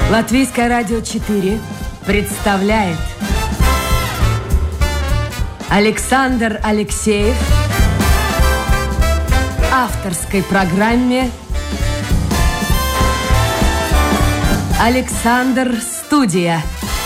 Латвийское радио 4 представляет Александр Алексеев в авторской программе «Александр Студия».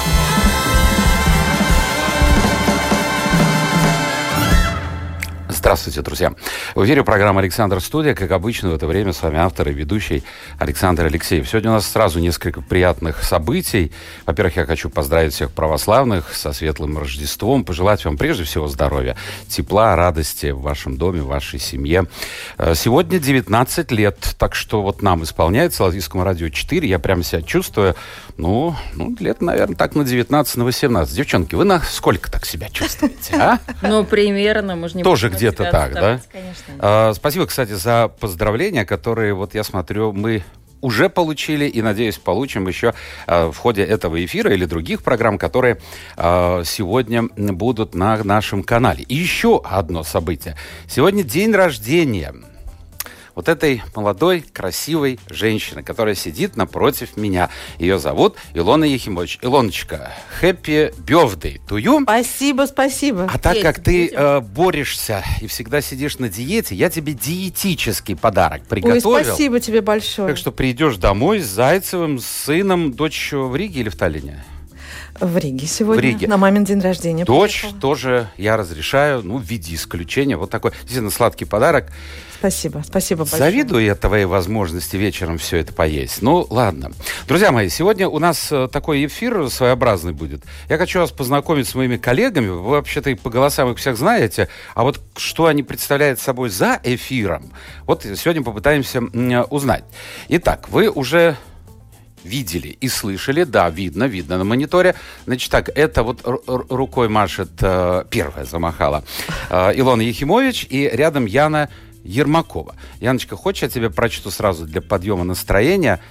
Здравствуйте, друзья. В эфире программа «Александр Студия». Как обычно, в это время с вами автор и ведущий Александр Алексеев. Сегодня у нас сразу несколько приятных событий. Во-первых, я хочу поздравить всех православных со светлым Рождеством, пожелать вам прежде всего здоровья, тепла, радости в вашем доме, в вашей семье. Сегодня 19 лет, так что вот нам исполняется, Латвийскому радио 4. Я прямо себя чувствую, лет, наверное, так на 19, на 18. Девчонки, вы на сколько так себя чувствуете, а? Примерно, мы же не тоже где-то так, да? Конечно. Спасибо, кстати, за поздравления, которые, вот я смотрю, мы уже получили и, надеюсь, получим еще в ходе этого эфира или других программ, которые сегодня будут на нашем канале. И еще одно событие. Сегодня день рождения вот этой молодой, красивой женщины, которая сидит напротив меня. Ее зовут Илона Ехимович. Илоночка, happy birthday to you. Спасибо. А так как ты борешься и всегда сидишь на диете, я тебе диетический подарок приготовил. Ой, спасибо тебе большое. Так что придешь домой с Зайцевым, с сыном. Дочь в Риге или в Таллине? В Риге сегодня, в Риге. На мамин день рождения. Дочь приехала. тоже я разрешаю, в виде исключения. Вот такой, действительно, сладкий подарок. Спасибо большое. Завидую я твоей возможности вечером все это поесть. Ладно. Друзья мои, сегодня у нас такой эфир своеобразный будет. Я хочу вас познакомить с моими коллегами. Вы вообще-то и по голосам их всех знаете. А вот что они представляют собой за эфиром, вот сегодня попытаемся узнать. Итак, вы уже видели и слышали, да, видно на мониторе. Значит так, это вот рукой машет, первая замахала, Илона Ехимович, и рядом Яна Ермакова. Яночка, хочешь, я тебе прочту сразу для подъема настроения?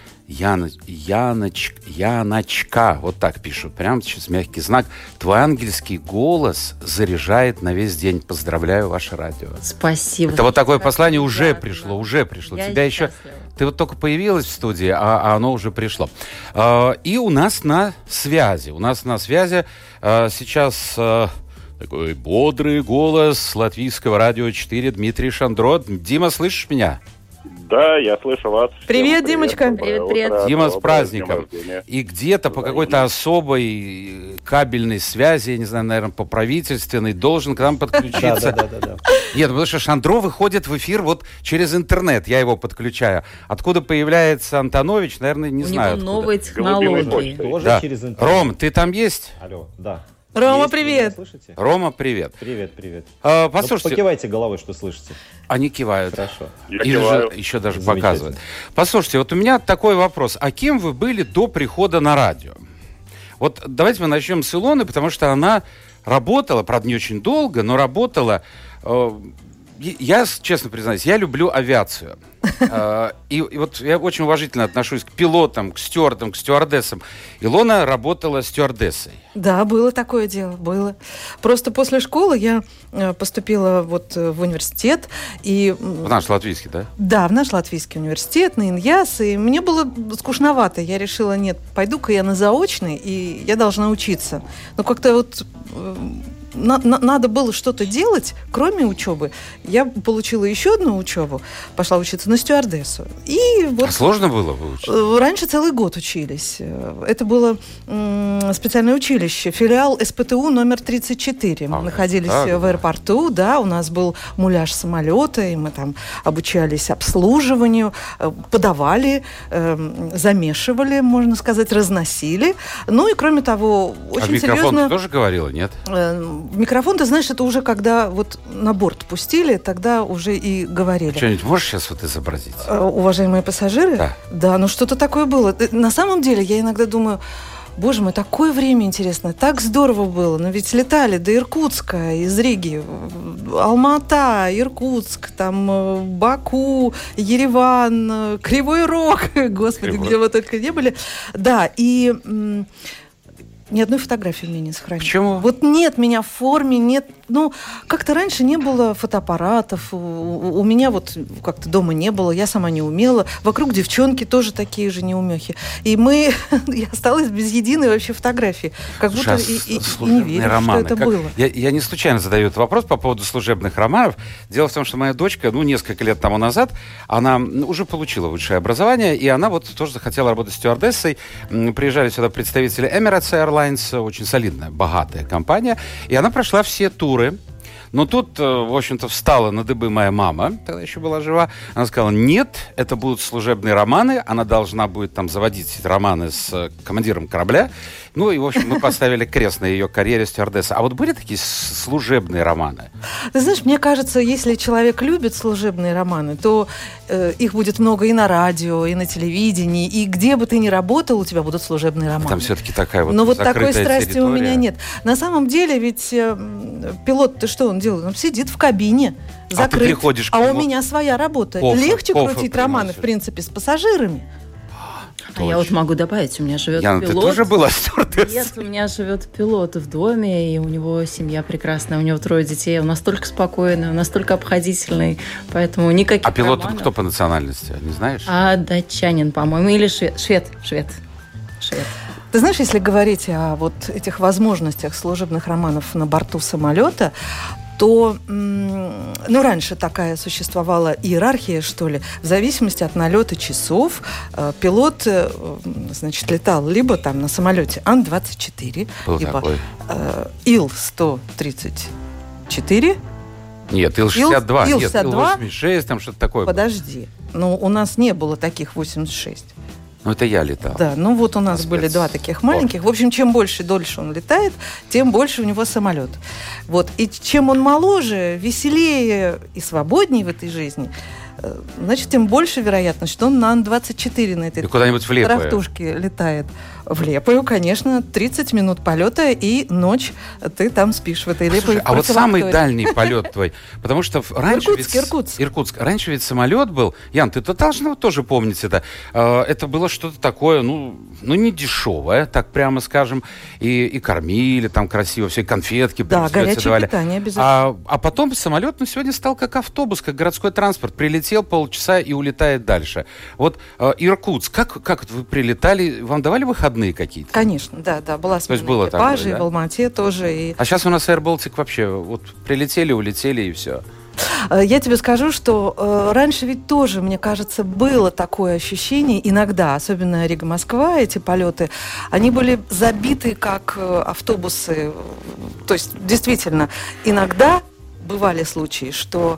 Яночка, вот так пишут, прям сейчас мягкий знак. Твой ангельский голос заряжает на весь день. Поздравляю, ваше радио. Спасибо. Это вот такое послание уже пришло. Я Тебя еще... Ты вот только появилась в студии, а оно уже пришло. И у нас на связи сейчас... Такой бодрый голос Латвийского радио 4 Дмитрий Шандро. Дима, слышишь меня? Да, я слышу вас. Привет, Димочка. Привет. Дима, с праздником. И где-то по какой-то особой кабельной связи, я не знаю, наверное, по правительственной, должен к нам подключиться. Да. Нет, потому что Шандро выходит в эфир вот через интернет, я его подключаю. Откуда появляется Антонович, наверное, не знаю. У него новые технологии. Да. Ром, ты там есть? Алло, да. Рома, Есть, привет. Слышите? Рома, привет. Привет. Послушайте. Покивайте головой, что слышите. Они кивают. Хорошо. Еще даже показывают. Послушайте, вот у меня такой вопрос. А кем вы были до прихода на радио? Вот давайте мы начнем с Илоны, потому что она работала, правда, не очень долго, но работала... Я, честно признаюсь, я люблю авиацию. И вот я очень уважительно отношусь к пилотам, к стюардам, к стюардессам. Илона работала стюардессой. Да, было такое дело, было. Просто после школы я поступила вот в университет. В наш латвийский, да? Да, в наш латвийский университет, на ИНЯС. И мне было скучновато. Я решила, нет, пойду-ка я на заочный, и я должна учиться. Но как-то вот... Надо было что-то делать, кроме учебы. Я получила еще одну учебу, пошла учиться на стюардессу. А сложно было выучить? Раньше целый год учились. Это было специальное училище, филиал СПТУ номер 34. Мы находились в аэропорту, да, у нас был муляж самолета, и мы там обучались обслуживанию, подавали, замешивали, можно сказать, разносили. И кроме того, очень серьезно... А в микрофон ты тоже говорила, нет? В микрофон, ты знаешь, это уже когда вот на борт пустили, тогда уже и говорили. Что-нибудь можешь сейчас вот изобразить? Уважаемые пассажиры? Да, что-то такое было. На самом деле, я иногда думаю, боже мой, такое время интересное, так здорово было. Но ведь летали до Иркутска, из Риги, Алма-Ата, Иркутск, там Баку, Ереван, Кривой Рог, господи, где вы только не были. Да, и... Ни одной фотографии у меня не сохранилось. Почему? Вот нет меня в форме, нет Ну, как-то раньше не было фотоаппаратов, у меня вот как-то дома не было, я сама не умела. Вокруг девчонки тоже такие же неумехи. И я осталась без единой вообще фотографии. Как будто и не верю, романы. Что это было. Я не случайно задаю этот вопрос по поводу служебных романов. Дело в том, что моя дочка, несколько лет тому назад, она уже получила высшее образование, и она вот тоже захотела работать стюардессой. Приезжали сюда представители Emirates Airlines, очень солидная, богатая компания, и она прошла все туры. Но тут, в общем-то, встала на дыбы моя мама, тогда еще была жива. Она сказала, нет, это будут служебные романы, она должна будет там заводить эти романы с командиром корабля. И, в общем, мы поставили крест на ее карьере стюардессы. А вот были такие служебные романы? Ты знаешь, мне кажется, если человек любит служебные романы, то их будет много и на радио, и на телевидении, и где бы ты ни работал, у тебя будут служебные романы. Там все-таки такая вот Но вот закрытая такой страсти территория. у меня нет. На самом деле, ведь пилот-то что он делает? Он сидит в кабине, закрыт. А ты приходишь к у нему, меня своя работа. кофе Легче крутить приносит. романы, в принципе, с пассажирами. А я вот могу добавить, у меня живет Яна, пилот. ты тоже была стюардессой? Нет, у меня живет пилот в доме, и у него семья прекрасная, у него 3 детей, он настолько спокойный, он настолько обходительный, поэтому никаких А пилот романов. кто по национальности, не знаешь? Датчанин, по-моему, или швед. Ты знаешь, если говорить о вот этих возможностях служебных романов на борту самолета, то, раньше такая существовала иерархия, что ли, в зависимости от налета часов пилот, летал либо там на самолете Ан-24, либо Ил-134. Нет, Ил-62, Ил-62. Ил-86, там что-то такое. Подожди, у нас не было таких 86. Это я летал. Да, у нас были 2 таких маленьких. В общем, чем больше и дольше он летает, тем больше у него самолет. И чем он моложе, веселее и свободнее в этой жизни, значит, тем больше вероятность, что он на Ан-24 на этой тарахтушке летает. В Лепою, конечно, 30 минут полета, и ночь ты там спишь в этой Лепое. А вот самый дальний полет твой, потому что раньше Иркутск. Раньше ведь самолет был, Ян, ты должна тоже помнить это. Это было что-то такое, не дешевое, так прямо скажем, и кормили там красиво, все конфетки. Да, горячее давали. Питание обязательно. А потом самолет сегодня стал как автобус, как городской транспорт. Прилетел полчаса и улетает дальше. Иркутск, как вы прилетали, вам давали выходные какие-то? Конечно, да, была смена экипажей, в Алмате тоже. А сейчас у нас Air Baltic вообще прилетели, улетели и все. Я тебе скажу, что раньше ведь тоже, мне кажется, было такое ощущение, иногда, особенно Рига-Москва, эти полеты, они были забиты как автобусы. То есть, действительно, иногда бывали случаи, что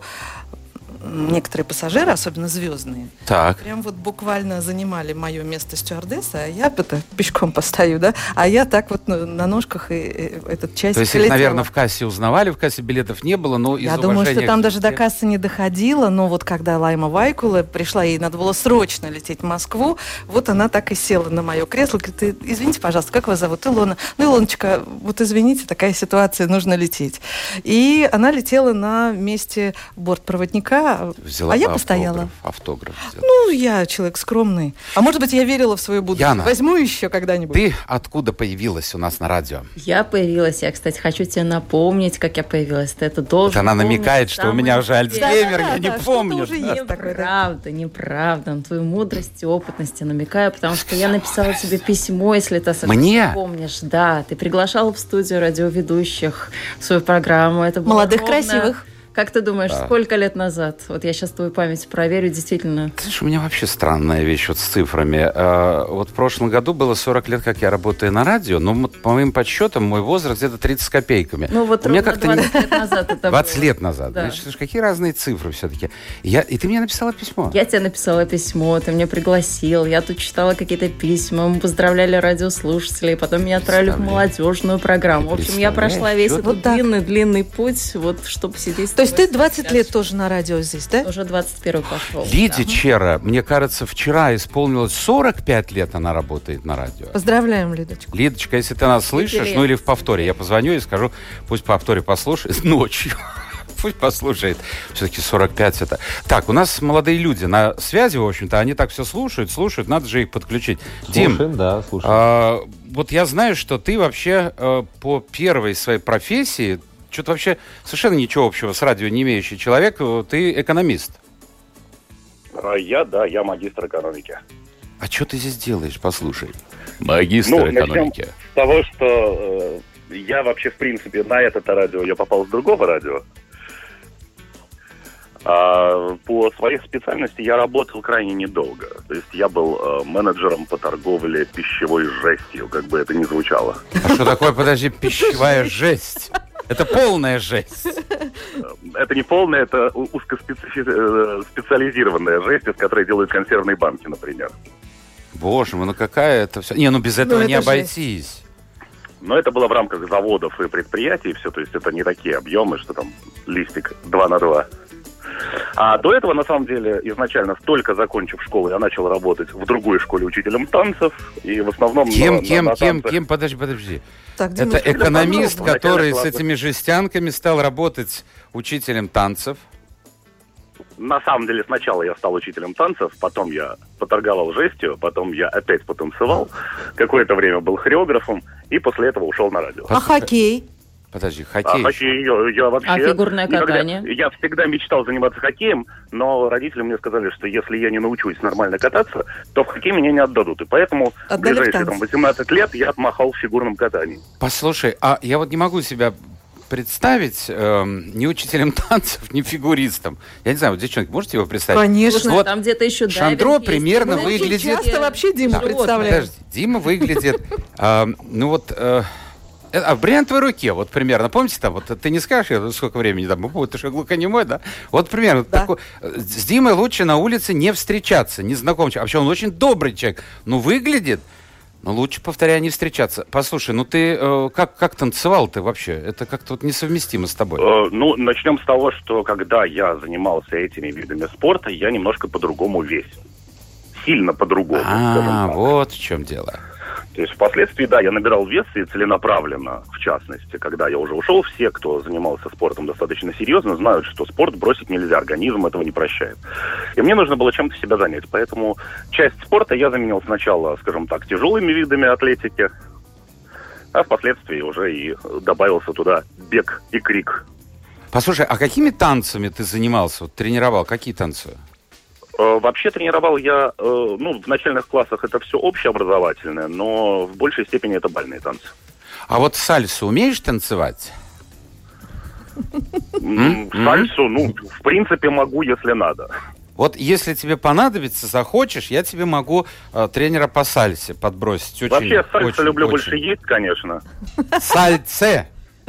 некоторые пассажиры, особенно звездные, прям буквально занимали мое место стюардессы, а я пешком постою, да, а я так на ножках и этот часик. То есть их, наверное, в кассе узнавали, в кассе билетов не было, но из Я думаю, что там даже до кассы не доходило, но когда Лайма Вайкула пришла, ей надо было срочно лететь в Москву, она так и села на мое кресло, говорит, извините, пожалуйста, как вас зовут? Илона. Илоночка, извините, такая ситуация, нужно лететь. И она летела на месте бортпроводника, взяла я постояла. Автограф взяла. Я человек скромный. А может быть, я верила в свою будущее. Яна, возьму еще когда-нибудь. Ты откуда появилась у нас на радио? Я появилась. Я, кстати, хочу тебе напомнить, как я появилась. Ты это должен она намекает, что у меня уже Альцгеймер, я не помню. Неправда. На твою мудрость и опытность я намекаю, потому что я написала тебе письмо, если ты совсем помнишь. Да, ты приглашала в студию радиоведущих в свою программу. Это было молодых, красивых. Как ты думаешь, сколько лет назад? Я сейчас твою память проверю, действительно. Слушай, у меня вообще странная вещь с цифрами. В прошлом году было 40 лет, как я работаю на радио, но по моим подсчетам мой возраст где-то 30 с копейками. У меня как-то 20 лет назад это 20 лет назад. Да. Слушай, какие разные цифры все-таки. И ты мне написала письмо. Я тебе написала письмо, ты меня пригласил, я тут читала какие-то письма, мы поздравляли радиослушателей, потом меня отправили в молодежную программу. В общем, я прошла весь этот длинный путь, чтобы сидеть. То есть ты 20 лет тоже на радио здесь, да? Уже 21-й пошел. Лиде Чера, мне кажется, вчера исполнилось 45 лет, она работает на радио. Поздравляем, Лидочку. Лидочка, если ты нас слышишь, или в повторе, я позвоню и скажу, пусть в повторе послушает ночью. Пусть послушает. Все-таки 45 это. Так, у нас молодые люди на связи, в общем-то, они так все слушают, надо же их подключить. Слушаем, Дим, да, слушаем. я знаю, что ты вообще по первой своей профессии что-то вообще совершенно ничего общего с радио не имеющий человек. Ты экономист. Я магистр экономики. А что ты здесь делаешь, послушай? Магистр экономики. Начнем с того, что я вообще, в принципе, на это радио я попал с другого радио. По своей специальности я работал крайне недолго. То есть я был менеджером по торговле пищевой жестью, как бы это ни звучало. А что такое, подожди, пищевая жесть? Это полная жесть. Это не полная, это узкоспециализированная жесть, из которой делают консервные банки, например. Боже мой, ну какая это все... Не, ну без этого не обойтись. Но это было в рамках заводов и предприятий все, то есть это не такие объемы, что там листик 2 на 2. А до этого, на самом деле, изначально, только закончив школу, я начал работать в другой школе учителем танцев. И в основном Кем? Подожди. Так, это экономист, который с этими жестянками стал работать учителем танцев. На самом деле, сначала я стал учителем танцев, потом я поторговал жестью, потом я опять потанцевал. Какое-то время был хореографом, и после этого ушел на радио. А хоккей? Подожди, хоккей. Я вообще... А фигурное катание? Я всегда мечтал заниматься хоккеем, но родители мне сказали, что если я не научусь нормально кататься, то в хоккей меня не отдадут. И поэтому в ближайшие 18 лет я отмахал в фигурном катании. Послушай, а я вот не могу себя представить ни учителем танцев, ни фигуристом. Я не знаю, вот, девчонки, можете его представить? Конечно. Слушай, вот там где-то еще Шандро примерно выглядит... Часто вообще Дима представляет. Подожди, Дима выглядит... в бриллиантовой руке, вот примерно. Помните, там, вот ты не скажешь, сколько времени там, ты что, глухонемой, да? Вот примерно. Да. Такой, с Димой лучше на улице не встречаться, незнакомый человек. Вообще он очень добрый человек. Ну, выглядит, но лучше, повторяю, не встречаться. Послушай, ну ты как танцевал ты вообще? Это как-то вот несовместимо с тобой. Начнем с того, что когда я занимался этими видами спорта, я немножко по-другому весь. Сильно по-другому. Вот в чем дело. То есть впоследствии, да, я набирал вес и целенаправленно, в частности, когда я уже ушел, все, кто занимался спортом достаточно серьезно, знают, что спорт бросить нельзя, организм этого не прощает. И мне нужно было чем-то себя занять, поэтому часть спорта я заменил сначала, скажем так, тяжелыми видами атлетики, а впоследствии уже и добавился туда бег и крик. Послушай, а какими танцами ты занимался, вот, тренировал, какие танцы? Вообще тренировал я, в начальных классах это все общеобразовательное, но в большей степени это бальные танцы. А вот сальсу умеешь танцевать? Сальсу, в принципе, могу, если надо. Вот если тебе понадобится, захочешь, я тебе могу тренера по сальсе подбросить. Вообще сальсу люблю больше есть, конечно. Сальце!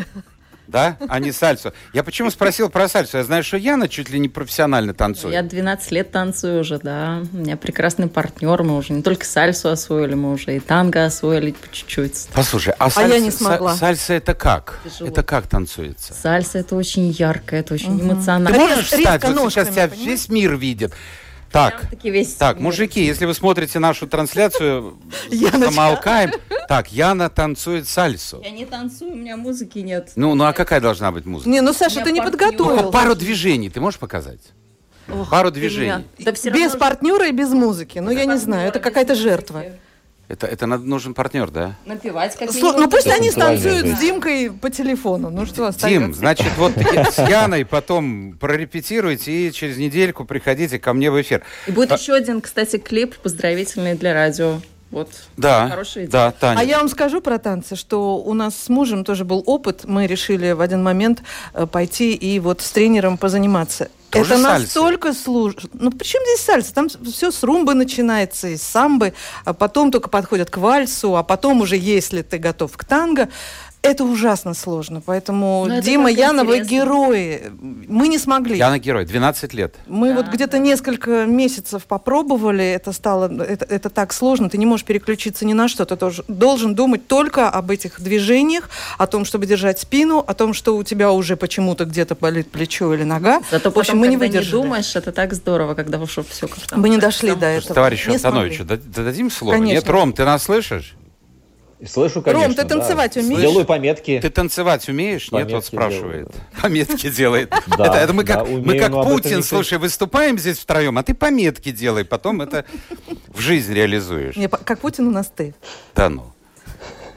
Да, а не сальсу. Я почему спросил про сальсу? Я знаю, что Яна чуть ли не профессионально танцует. Я 12 лет танцую уже, да. У меня прекрасный партнер. Мы уже не только сальсу освоили, мы уже и танго освоили по чуть-чуть. Послушай, а я не смогла. Сальса это как? Тяжело. Это как танцуется? Сальса это очень ярко, это очень эмоционально. Ты можешь встать? Вот сейчас тебя весь мир видит. Так, мужики, если вы смотрите нашу трансляцию, замолкаем. Так, Яна танцует сальсу. Я не танцую, у меня музыки нет. А какая должна быть музыка? Саша, ты не подготовил. Пару движений ты можешь показать? Пару движений. Без партнера и без музыки. Я не знаю, это какая-то жертва. Это нужен партнер, да? Напевать как-нибудь. Пусть они станцуют с Димкой по телефону. Что остается? Дим, значит, вот с Яной потом прорепетируйте и через недельку приходите ко мне в эфир. И будет еще один, кстати, клип поздравительный для радио. Вот. Да, хорошая идея. Да, Таня. А я вам скажу про танцы, что у нас с мужем тоже был опыт. Мы решили в один момент пойти и вот с тренером позаниматься. Тоже это сальса. Настолько сложно. Причем здесь сальса? Там все с румбы начинается, из самбы, а потом только подходят к вальсу, а потом уже, если ты готов к танго, это ужасно сложно. Поэтому Дима, Яна, вы герои. Мы не смогли. Яна герой, 12 лет. Мы где-то несколько месяцев попробовали, это так сложно, ты не можешь переключиться ни на что, ты должен думать только об этих движениях, о том, чтобы держать спину, о том, что у тебя уже почему-то где-то болит плечо или нога. Зато потом, мы не думаешь, это так здорово, когда все как-то... Мы не дошли до этого. Товарищу Антоновичу дадим слово? Конечно. Нет, Ром, ты нас слышишь? Слышу, конечно. Ром, ты танцевать умеешь? Делаю пометки. Ты танцевать умеешь? Пометки нет, вот спрашивает. Делаю. Пометки делает. Да, это мы как умею, Путин, слушай, выступаем здесь втроем, а ты пометки делай, потом это в жизнь реализуешь. Как Путин у нас ты. Да ну.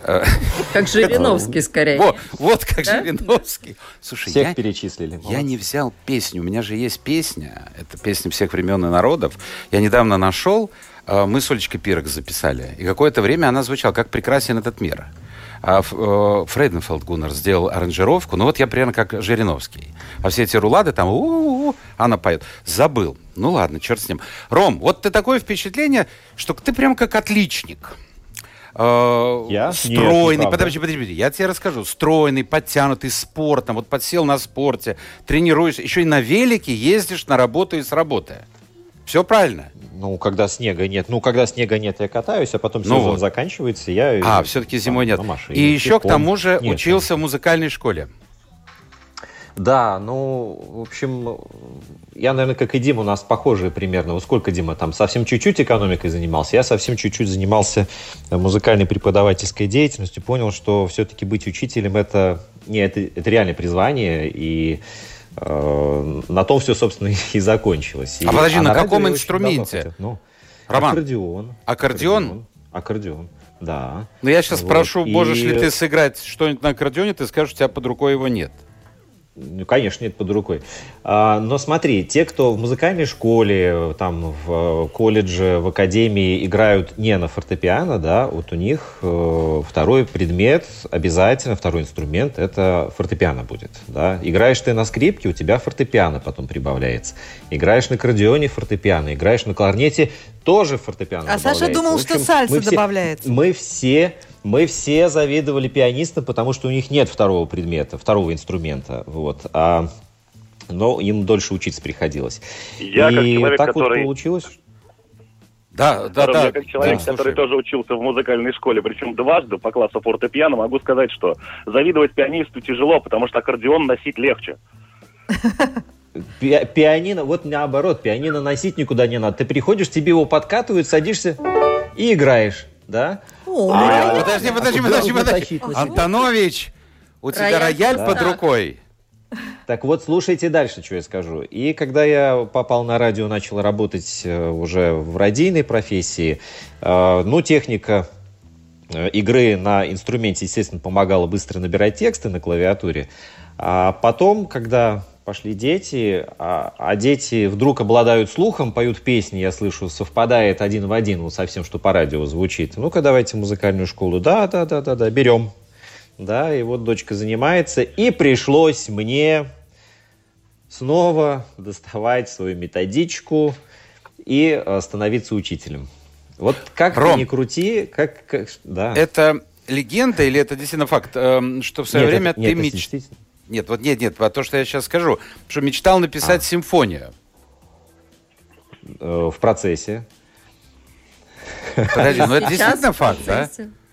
Как Жириновский, скорее. Вот как Жириновский. Слушай, всех перечислили. Я не взял песню. У меня же есть песня. Это песня всех времен и народов. Я недавно нашел. Мы с Олечкой Пирог записали. И какое-то время она звучала «Как прекрасен этот мир». А Фрейденфелд Гуннар сделал аранжировку. Ну вот я примерно как Жириновский. А все эти рулады там она поет. Забыл. Ну ладно, черт с ним. Ром, вот ты такое впечатление, что ты прям как отличник. Я? Стройный, Нет, подожди, я тебе расскажу. Стройный, подтянутый, спортом. Вот подсел на спорте, тренируешься. Еще и на велике ездишь на работу и с работы. Все правильно? Ну, когда снега нет. Я катаюсь, а потом сезон заканчивается, я... все-таки зимой нет. И еще к тому же учился в музыкальной школе. Да, в общем, я, наверное, как и Дима, у нас похожие примерно. Вот сколько Дима там совсем чуть-чуть экономикой занимался, я совсем чуть-чуть занимался музыкальной преподавательской деятельностью, понял, что все-таки быть учителем это реальное призвание, и на том все, собственно, и закончилось. Подожди, на каком инструменте? Роман. Аккордеон? Аккордеон, да. Ну, я сейчас спрошу, можешь ли ты сыграть что-нибудь на аккордеоне, ты скажешь, у тебя под рукой его нет. Ну, конечно, нет под рукой. Но смотри, те, кто в музыкальной школе, там, в колледже, в академии играют не на фортепиано, да, вот у них второй предмет обязательно, второй инструмент, это фортепиано будет, да. Играешь ты на скрипке, у тебя фортепиано потом прибавляется. Играешь на аккордеоне — фортепиано. Играешь на кларнете — тоже фортепиано добавляется. А Саша думал, что сальса добавляется. Мы все завидовали пианистам, потому что у них нет второго предмета, второго инструмента. Вот. Но им дольше учиться приходилось. Я, как человек, так который... вот получилось. Я как человек, который тоже учился в музыкальной школе, причем дважды по классу фортепиано, могу сказать, что завидовать пианисту тяжело, потому что аккордеон носить легче. Пианино, вот наоборот, пианино носить никуда не надо. Ты приходишь, тебе его подкатывают, садишься и играешь, да? Подожди. Антонович, у тебя рояль под рукой. Так вот, слушайте дальше, что я скажу. И когда я попал на радио, начал работать уже в радийной профессии, техника игры на инструменте, естественно, помогала быстро набирать тексты на клавиатуре. А потом, когда пошли дети, а дети вдруг обладают слухом, поют песни, я слышу, совпадает один в один вот со всем, что по радио звучит. Ну-ка, давайте музыкальную школу. Да, берем. Да, и вот дочка занимается, и пришлось мне снова доставать свою методичку и становиться учителем. Вот как Ром, ты ни крути, да. Это легенда или это действительно факт, что в свое время ты мечтал? Нет, то, что я сейчас скажу, что мечтал написать симфонию. В процессе. Подожди, это действительно факт, да?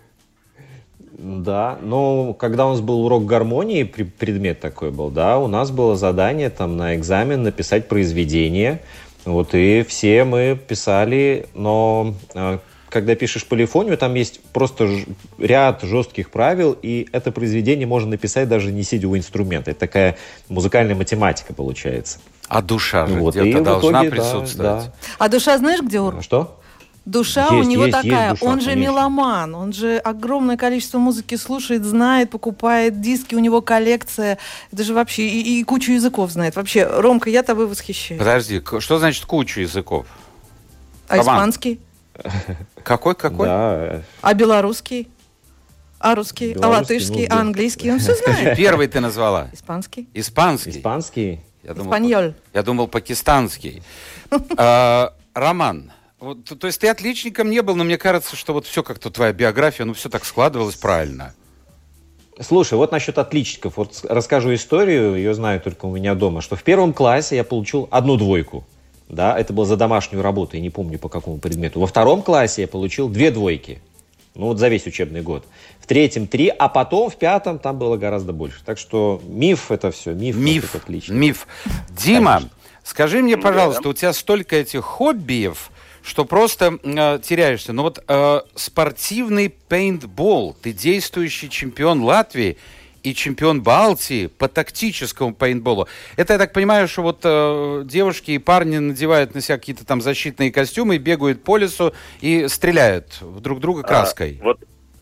Да, но когда у нас был урок гармонии, предмет такой был, да, у нас было задание там на экзамен написать произведение, вот, и все мы писали, но когда пишешь полифонию, там есть просто ряд жестких правил, и это произведение можно написать даже не сидя у инструмента. Это такая музыкальная математика получается. А душа же где-то должна присутствовать. Да. А душа знаешь, где Что? Душа у него такая, он же меломан, он же огромное количество музыки слушает, знает, покупает диски, у него коллекция, это же вообще и кучу языков знает. Вообще, Ромка, я тобой восхищаюсь. Подожди, что значит кучу языков? А испанский? Какой? Да. А белорусский? А русский? А латышский? А английский? Он все знает. Первый ты назвала? Испанский. Испанский? Испаньоль. Я думал, пакистанский. Роман, то есть ты отличником не был, но мне кажется, что вот все как-то твоя биография, все так складывалось правильно. Слушай, вот насчет отличников. Вот расскажу историю, ее знаю только у меня дома, что в первом классе я получил 1 двойку. Да, это было за домашнюю работу, я не помню по какому предмету. Во 2 классе я получил 2 двойки. За весь учебный год. В 3 3, а потом в 5 там было гораздо больше. Так что миф это все. Миф. Дима, конечно. Скажи мне, пожалуйста, у тебя столько этих хоббиев, что просто теряешься. Но вот спортивный пейнтбол, ты действующий чемпион Латвии и чемпион Балтии по тактическому пейнтболу. Это, я так понимаю, что вот девушки и парни надевают на себя какие-то там защитные костюмы, бегают по лесу и стреляют в друг друга краской.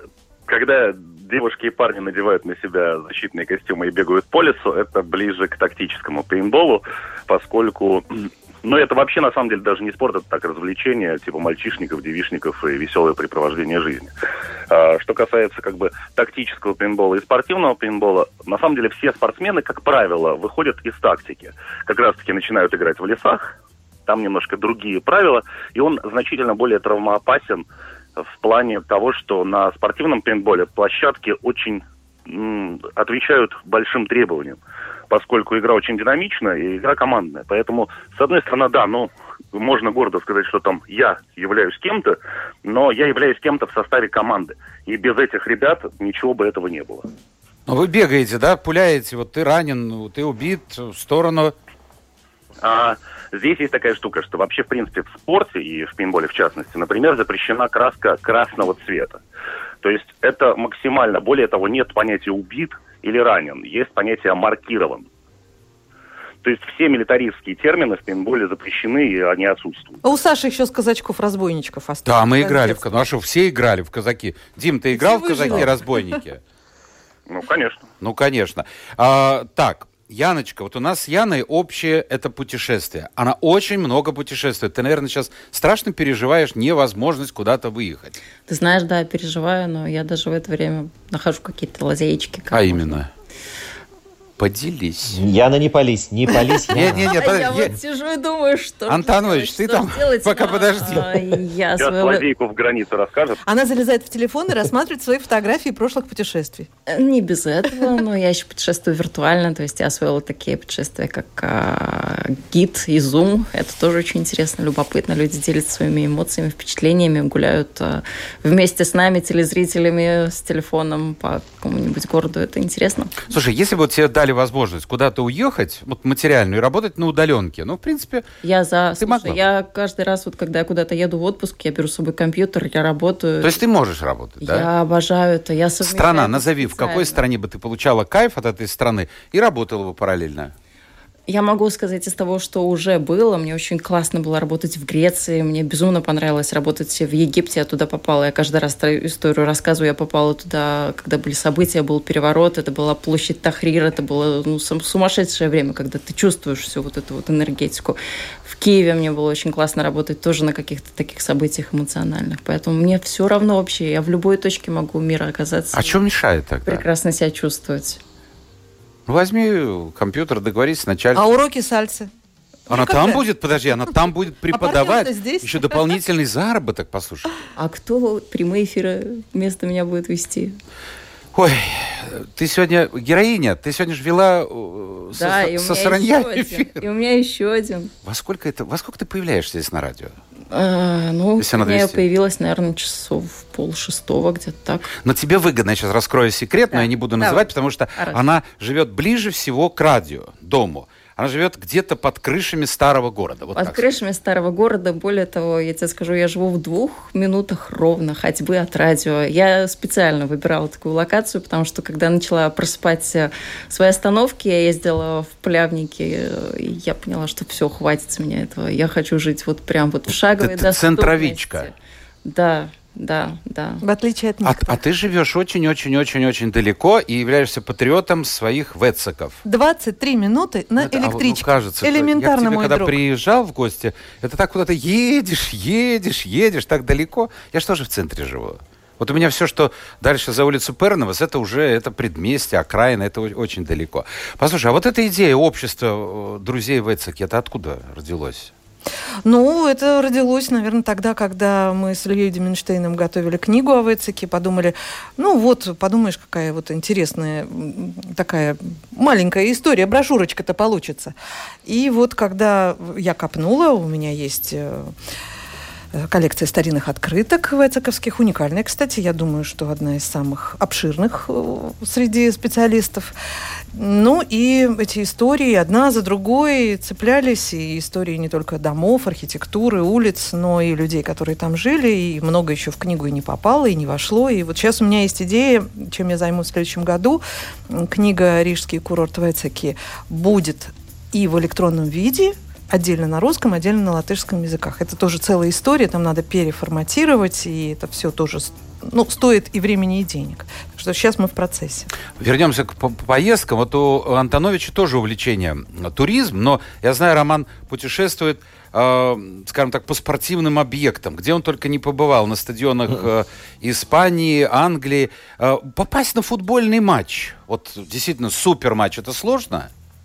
Когда девушки и парни надевают на себя защитные костюмы и бегают по лесу, это ближе к тактическому пейнтболу, поскольку... Но это вообще, на самом деле, даже не спорт, это так развлечение, типа мальчишников, девичников и веселое препровождение жизни. Что касается тактического пейнтбола и спортивного пейнтбола, на самом деле все спортсмены, как правило, выходят из тактики. Как раз-таки начинают играть в лесах, там немножко другие правила, и он значительно более травмоопасен в плане того, что на спортивном пейнтболе площадки очень отвечают большим требованиям, поскольку игра очень динамичная и игра командная. Поэтому, с одной стороны, да, можно гордо сказать, что там я являюсь кем-то, но я являюсь кем-то в составе команды. И без этих ребят ничего бы этого не было. Но вы бегаете, да, пуляете, вот ты ранен, ты убит, в сторону... Здесь есть такая штука, что вообще, в принципе, в спорте и в пейнтболе в частности, например, запрещена краска красного цвета. То есть это максимально, более того, нет понятия «убит» или «ранен», есть понятие «маркирован». То есть все милитаристские термины в пейнтболе запрещены, и они отсутствуют. А у Саши еще с казачков-разбойничков осталось. Да, мы играли в... Ну а что, все играли в казаки? Дим, ты играл в казаки-разбойники? Ну, конечно. Ну, конечно. Так, Яночка, вот у нас с Яной общее это путешествие. Она очень много путешествует. Ты, наверное, сейчас страшно переживаешь невозможность куда-то выехать. Ты знаешь, да, я переживаю, но я даже в это время нахожу какие-то лазеечки. Именно? Поделись. Яна, не пались, не пались. Нет, подожди. Я вот сижу и думаю, что Антонович, ты там пока подожди. Сейчас лазейку в границу расскажет. Она залезает в телефон и рассматривает свои фотографии прошлых путешествий. Не без этого, но я еще путешествую виртуально, то есть я освоила такие путешествия, как гид и Zoom. Это тоже очень интересно, любопытно. Люди делятся своими эмоциями, впечатлениями, гуляют вместе с нами, телезрителями, с телефоном по какому-нибудь городу. Это интересно. Слушай, если бы тебе дали возможность куда-то уехать, вот материальную, и работать на удаленке, в принципе, я каждый раз, когда я куда-то еду в отпуск, я беру с собой компьютер, я работаю. То есть ты можешь работать, да? Я обожаю это. Я Страна, назови, в какой стране бы ты получала кайф от этой страны и работала бы параллельно? Я могу сказать из того, что уже было. Мне очень классно было работать в Греции. Мне безумно понравилось работать в Египте. Я туда попала. Я каждый раз эту историю рассказываю. Я попала туда, когда были события, был переворот. Это была площадь Тахрир. Это было сумасшедшее время, когда ты чувствуешь всю вот эту вот энергетику. В Киеве мне было очень классно работать тоже на каких-то таких событиях эмоциональных. Поэтому мне все равно вообще. Я в любой точке могу мира оказаться. А что мешает тогда? Прекрасно себя чувствовать. Возьми компьютер, договорись с начальством. А уроки сальсы? Она там будет, подожди, она там будет преподавать. Еще дополнительный заработок, послушай. А кто прямые эфиры вместо меня будет вести? Ой, ты сегодня героиня, ты сегодня же вела со Саранья эфир. И у меня еще один. Во сколько ты появляешься здесь на радио? Я появилась, наверное, часов 5:30, где-то так. Но тебе выгодно, я сейчас раскрою секрет, но я не буду называть, потому что она живет ближе всего к радио, дому. Она живет где-то под крышами старого города. Вот под крышами старого города. Более того, я тебе скажу, я живу в 2 минутах ровно ходьбы от радио. Я специально выбирала такую локацию, потому что, когда начала просыпать свои остановки, я ездила в Плявники, и я поняла, что все, хватит с меня этого. Я хочу жить вот прям вот в шаговой доступности. Центровичка. Да. В отличие от некоторых. А ты живешь очень-очень-очень-очень далеко и являешься патриотом своих вецеков. 23 минуты на электричке. Кажется, элементарно, я к тебе, мой когда друг. приезжал в гости, это так куда-то едешь так далеко. Я же тоже в центре живу. Вот у меня все, что дальше за улицу Перновас, это предместье, окраина, это очень далеко. Послушай, а вот эта идея общества друзей вецеки, это откуда родилось? Это родилось, наверное, тогда, когда мы с Ильей Деменштейном готовили книгу о Вецеке, подумали, подумаешь, какая вот интересная такая маленькая история, брошюрочка-то получится. И вот когда я копнула, у меня есть коллекция старинных открыток вецековских, уникальная, кстати, я думаю, что одна из самых обширных среди специалистов. И эти истории одна за другой цеплялись, и истории не только домов, архитектуры, улиц, но и людей, которые там жили, и много еще в книгу и не попало, и не вошло. И вот сейчас у меня есть идея, чем я займусь в следующем году. Книга «Рижский курорт Вецеки» будет и в электронном виде, отдельно на русском, отдельно на латышском языках. Это тоже целая история, там надо переформатировать, и это все тоже стоит и времени, и денег. Так что сейчас мы в процессе. Вернемся к поездкам. Вот у Антоновича тоже увлечение туризм, но я знаю, Роман путешествует, скажем так, по спортивным объектам, где он только не побывал, на стадионах Испании, Англии. Попасть на футбольный матч, вот действительно супер матч, это сложно?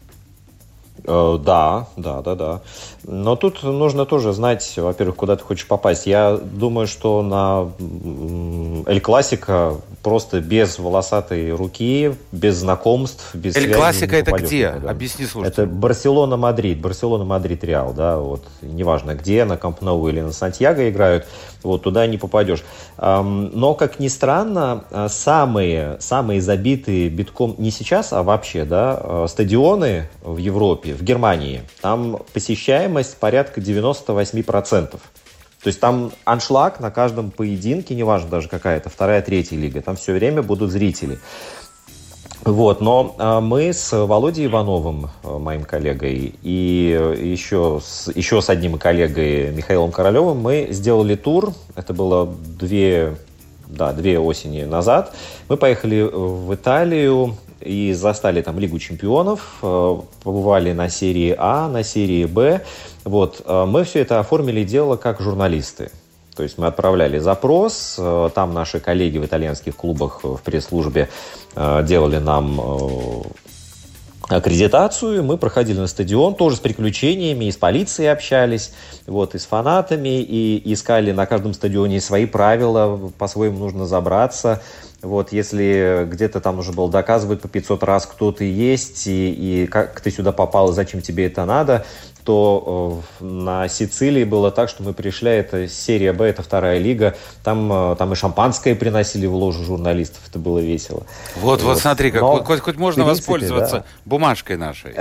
Да. Но тут нужно тоже знать, во-первых, куда ты хочешь попасть. Я думаю, что на Эль Классико просто без волосатой руки, без знакомств, без Эль Классико это где? Никуда. Объясни, слушай. Это Барселона-Мадрид, Реал, да, вот, неважно где, на Камп Ноу или на Сантьяго играют, вот, туда не попадешь. Но, как ни странно, самые забитые битком, не сейчас, а вообще, да, стадионы в Европе, в Германии, там посещаемость порядка 98%. То есть там аншлаг на каждом поединке, неважно даже какая это, 2-я, 3-я лига, там все время будут зрители. Вот, но мы с Володей Ивановым, моим коллегой, и еще с одним коллегой Михаилом Королевым мы сделали тур. Это было две осени назад. Мы поехали в Италию и застали там Лигу чемпионов, побывали на серии А, на серии Б. Вот, мы все это оформили и делали как журналисты. То есть мы отправляли запрос, там наши коллеги в итальянских клубах в пресс-службе делали нам аккредитацию, мы проходили на стадион, тоже с приключениями, и с полицией общались, вот, и с фанатами, и искали на каждом стадионе свои правила, по-своему нужно забраться. Вот, если где-то там уже было доказывать по 500 раз, кто ты есть, и как ты сюда попал, и зачем тебе это надо, то на Сицилии было так, что мы пришли, это серия Б, это 2-я лига, там и шампанское приносили в ложу журналистов, это было весело. Вот смотри, хоть можно воспользоваться бумажкой нашей.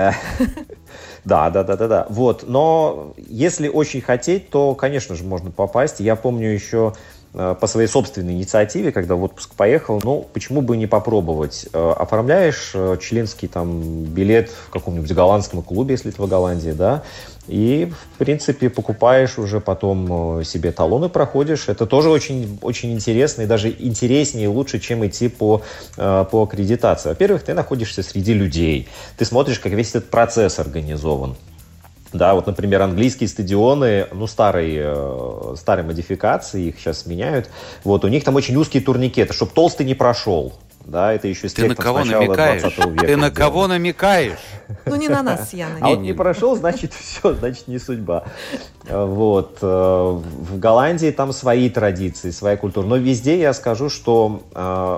Да. Вот, но если очень хотеть, то, конечно же, можно попасть. Я помню еще по своей собственной инициативе, когда в отпуск поехал, почему бы не попробовать? Оформляешь членский там билет в каком-нибудь голландском клубе, если это в Голландии, да, и, в принципе, покупаешь уже потом себе талоны, проходишь. Это тоже очень, очень интересно, и даже интереснее и лучше, чем идти по аккредитации. Во-первых, ты находишься среди людей, ты смотришь, как весь этот процесс организован. Да, вот, например, английские стадионы, старой модификации, их сейчас меняют. Вот, у них там очень узкие турникеты, чтобы толстый не прошел. Да, это еще с начала 20 века. Ты на кого намекаешь? Не на нас, Яна. А вот не прошел, значит, все, значит, не судьба. Вот. В Голландии там свои традиции, своя культура. Но везде я скажу, что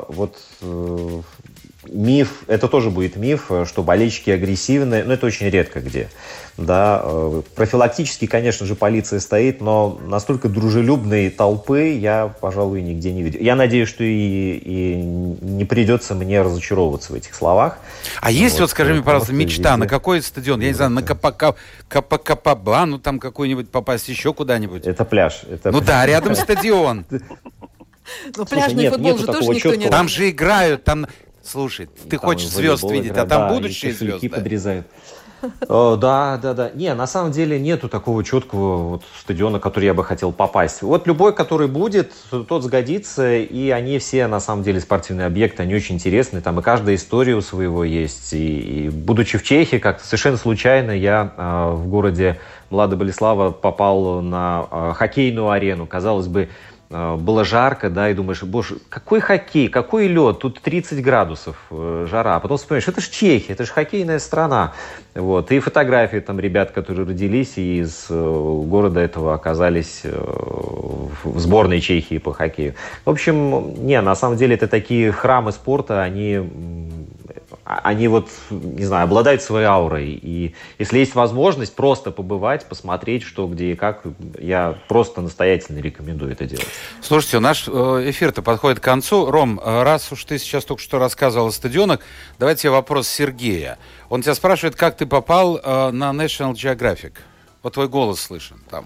миф, это тоже будет миф, что болельщики агрессивные, но это очень редко где. Да, профилактически, конечно же, полиция стоит, но настолько дружелюбной толпы я, пожалуй, нигде не видел. Я надеюсь, что и не придется мне разочаровываться в этих словах. А есть, скажи мне, пожалуйста, мечта, везде... на какой стадион? Я не знаю, на Копакабану там какой-нибудь попасть, еще куда-нибудь? Это пляж. Да, рядом стадион. Но пляжный футбол же тоже никто не... Там же играют, там... Слушай, ты хочешь звезд видеть, а там будущие звезды? Подрезают. Да. Не, на самом деле нету такого четкого стадиона, который я бы хотел попасть. Вот любой, который будет, тот сгодится, и они все, на самом деле, спортивные объекты, они очень интересные, там и каждая история у своего есть. И будучи в Чехии, как-то совершенно случайно я в городе Млада Болеслава попал на хоккейную арену. Казалось бы, было жарко, да, и думаешь, боже, какой хоккей, какой лед, тут 30 градусов жара. А потом вспоминаешь, это же Чехия, это же хоккейная страна. Вот. И фотографии там ребят, которые родились и из города этого оказались в сборной Чехии по хоккею. В общем, на самом деле это такие храмы спорта, они вот, не знаю, обладают своей аурой. И если есть возможность просто побывать, посмотреть, что, где и как, я просто настоятельно рекомендую это делать. Слушайте, наш эфир-то подходит к концу. Ром, раз уж ты сейчас только что рассказывал о стадионах, давайте вопрос Сергея. Он тебя спрашивает, как ты попал на National Geographic? Вот твой голос слышен там.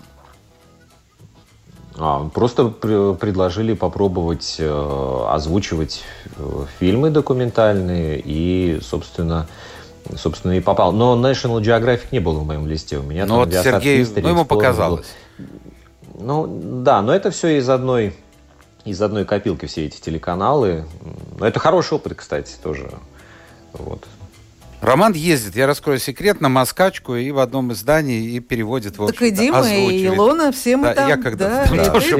Просто предложили попробовать озвучивать фильмы документальные, и, собственно, собственно, и попал. Но National Geographic не было в моем листе. У меня там вот Сергей, ему показалось. Ну, да, но это все из одной копилки, все эти телеканалы. Но это хороший опыт, кстати, тоже. Вот. Роман ездит, я раскрою секрет, на москачку и в одном из зданий и переводит, в общем-то, так и Дима, и Илона, все мы там. Я когда-то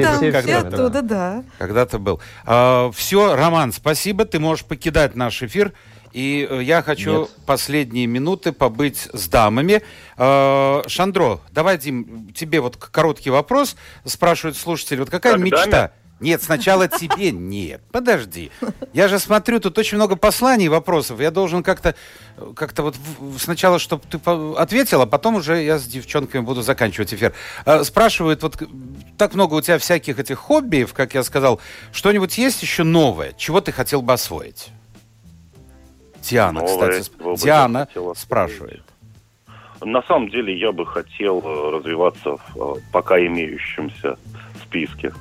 когда-то был. Все, Роман, спасибо, ты можешь покидать наш эфир. И я хочу последние минуты побыть с дамами. Шандро, давай, Дим, тебе вот короткий вопрос. Спрашивают слушатели, вот какая мечта? Нет, сначала тебе. Нет, подожди. Я же смотрю, тут очень много посланий и вопросов. Я должен как-то вот сначала, чтобы ты ответил, а потом уже я с девчонками буду заканчивать эфир. Спрашивают, вот так много у тебя всяких этих хоббиев, как я сказал, что-нибудь есть еще новое, чего ты хотел бы освоить? Диана, кстати, Диана спрашивает. На самом деле я бы хотел развиваться в пока имеющемся списке.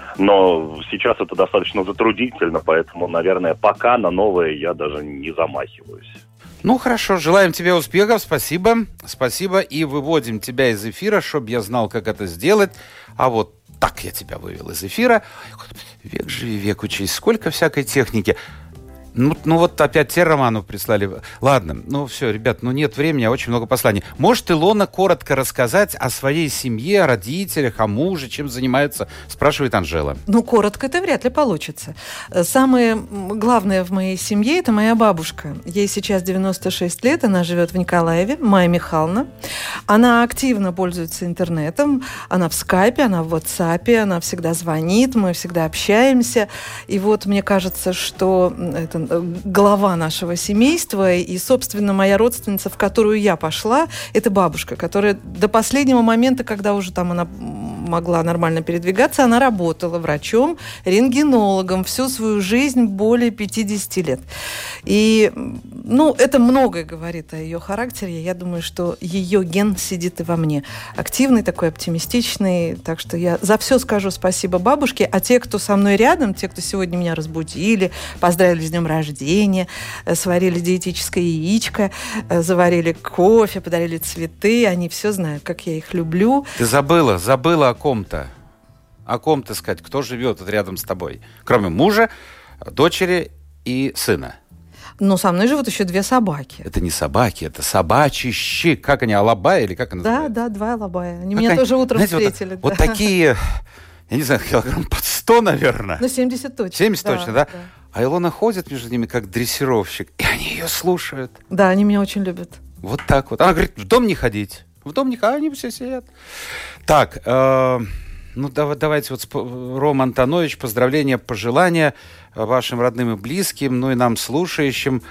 Но сейчас это достаточно затруднительно, поэтому, наверное, пока на новое я даже не замахиваюсь. Ну, хорошо, желаем тебе успехов, спасибо. Спасибо, и выводим тебя из эфира, чтобы я знал, как это сделать. А вот так я тебя вывел из эфира. Век живи, век учись, сколько всякой техники. Ну вот опять те Роману прислали. Ладно, ну все, ребят, нет времени, а очень много посланий. Может, Илона коротко рассказать о своей семье, о родителях, о муже, чем занимается, спрашивает Анжела. Ну, коротко это вряд ли получится. Самое главное в моей семье – это моя бабушка. Ей сейчас 96 лет, она живет в Николаеве, Майя Михайловна. Она активно пользуется интернетом, она в скайпе, она в ватсапе, она всегда звонит, мы всегда общаемся. И вот мне кажется, что это глава нашего семейства, и, собственно, моя родственница, в которую я пошла, это бабушка, которая до последнего момента, когда уже там она могла нормально передвигаться, она работала врачом, рентгенологом всю свою жизнь, более 50 лет. И, это многое говорит о ее характере. Я думаю, что ее ген сидит и во мне. Активный такой, оптимистичный. Так что я за все скажу спасибо бабушке. А те, кто со мной рядом, те, кто сегодня меня разбудили, поздравили с днем рождения, сварили диетическое яичко, заварили кофе, подарили цветы, они все знают, как я их люблю. Ты забыла о ком-то. О ком-то сказать, кто живет вот рядом с тобой. Кроме мужа, дочери и сына. Но со мной живут еще 2 собаки. Это не собаки, это собачищи. Как они, алабаи или как они называются? Да, 2 алабая. Они меня тоже утром встретили. Вот такие, я не знаю, килограмм под 100, наверное. 70 точно. 70 точно, да? А Илона ходит между ними как дрессировщик, и они ее слушают. Да, они меня очень любят. Вот так вот. Она говорит, в дом не ходить. В дом не ходить, они все сидят. Так, давайте вот Рома Антонович, поздравления, пожелания вашим родным и близким, и нам слушающим.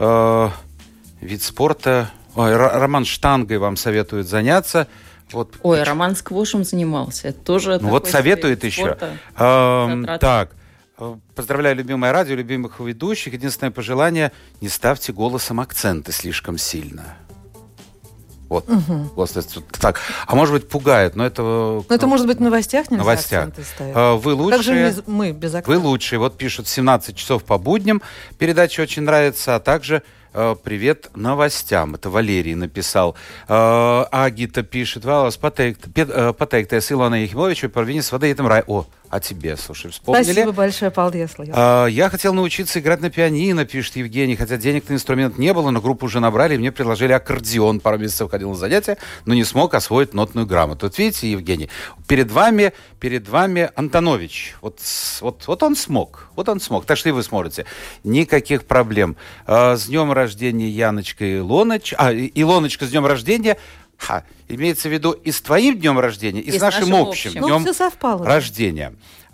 Вид спорта. Роман штангой вам советует заняться. Вот. Ой, Роман сквошем занимался. Это тоже вот советует еще. Так. Поздравляю любимое радио, любимых ведущих. Единственное пожелание – не ставьте голосом акценты слишком сильно. Вот. Угу. Так. А может быть, пугает, но это... это может быть в новостях нельзя акценты ставить. Вы лучшие. Как же мы без акцента? Вы лучшие. Вот пишут 17 часов по будням. Передача очень нравится, а также... Привет новостям. Это Валерий написал. Агита пишет. Валас, патейкте с Илоной Ехимовичем, порвини с водой рай. О, о тебе, слушай, вспомнили. Спасибо большое, Палдес. Я хотел научиться играть на пианино, пишет Евгений. Хотя денег на инструмент не было, но группу уже набрали, и мне предложили аккордеон. Пару месяцев ходил на занятия, но не смог освоить нотную грамоту. Вот видите, Евгений, перед вами Антонович. Вот он смог. Так что и вы сможете. Никаких проблем. С днем рождения, Яночка и Илоночка. Илоночка, с днем рождения. Имеется в виду и с твоим днем рождения, и с нашим общим днем рождения.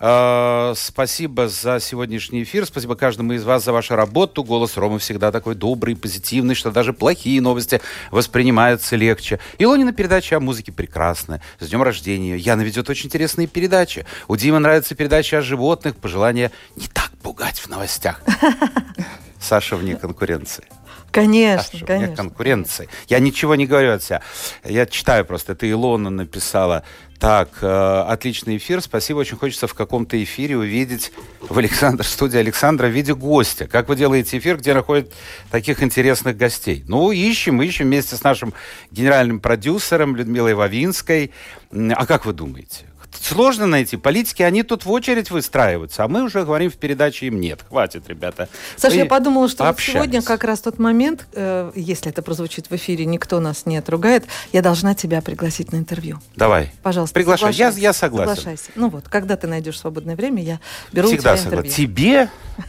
Спасибо за сегодняшний эфир. Спасибо каждому из вас за вашу работу. Голос Ромы всегда такой добрый, позитивный, что даже плохие новости воспринимаются легче. Илонина передача о музыке прекрасная. С днем рождения. Яна ведет очень интересные передачи. У Димы нравится передача о животных. Пожелание не так пугать в новостях. Саша вне конкуренции. Конечно, У конечно. меня конкуренция. Я ничего не говорю от себя. Я читаю просто. Это Илона написала. Так, отличный эфир. Спасибо. Очень хочется в каком-то эфире увидеть в студии Александра в виде гостя. Как вы делаете эфир, где находят таких интересных гостей? Ну, ищем вместе с нашим генеральным продюсером Людмилой Вавинской. А как вы думаете? Сложно найти. Политики, они тут в очередь выстраиваются, а мы уже говорим в передаче им нет. Хватит, ребята. Саша, я подумала, что вот сегодня как раз тот момент, если это прозвучит в эфире, никто нас не отругает, я должна тебя пригласить на интервью. Давай. Пожалуйста, приглашай. Я согласен. Соглашайся. Ну вот, когда ты найдешь свободное время, я беру Всегда у тебя интервью. Тебе?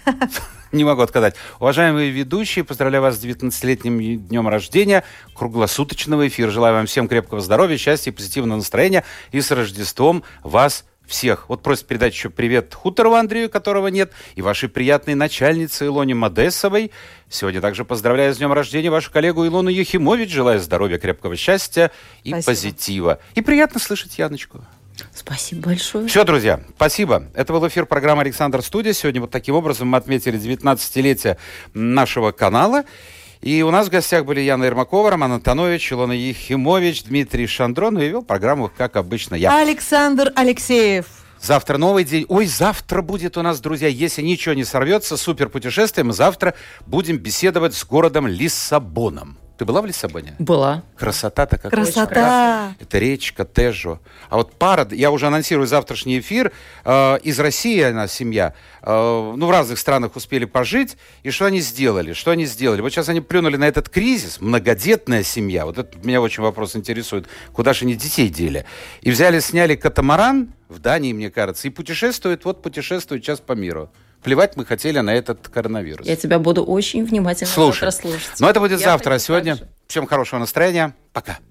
Не могу отказать. Уважаемые ведущие, поздравляю вас с 19-летним днем рождения, круглосуточного эфира. Желаю вам всем крепкого здоровья, счастья и позитивного настроения. И с Рождеством вас всех. Вот просит передать еще привет Хуторову Андрею, которого нет, и вашей приятной начальнице Илоне Модесовой. Сегодня также поздравляю с днем рождения вашу коллегу Илону Ехимович. Желаю здоровья, крепкого счастья и Спасибо. Позитива. И приятно слышать Яночку. Спасибо большое. Все, друзья, спасибо. Это был эфир программы «Александр Студия». Сегодня вот таким образом мы отметили 19-летие нашего канала. И у нас в гостях были Яна Ермакова, Роман Антонович, Илона Ехимович, Дмитрий Шандрон. И вел программу, как обычно, я. Александр Алексеев. Завтра новый день. Ой, завтра будет у нас, друзья, если ничего не сорвется, супер путешествие. Мы завтра будем беседовать с городом Лиссабоном. Ты была в Лиссабоне? Была. Красота-то какая. Красота. Это речка Тежо. А вот пара, я уже анонсирую завтрашний эфир, из России она, семья, в разных странах успели пожить, и что они сделали? Вот сейчас они плюнули на этот кризис, многодетная семья, вот это меня очень вопрос интересует, куда же они детей дели? И сняли катамаран в Дании, мне кажется, и путешествуют сейчас по миру. Плевать мы хотели на этот коронавирус. Я тебя буду очень внимательно завтра слушать. Но это будет завтра, а сегодня всем хорошего настроения. Пока.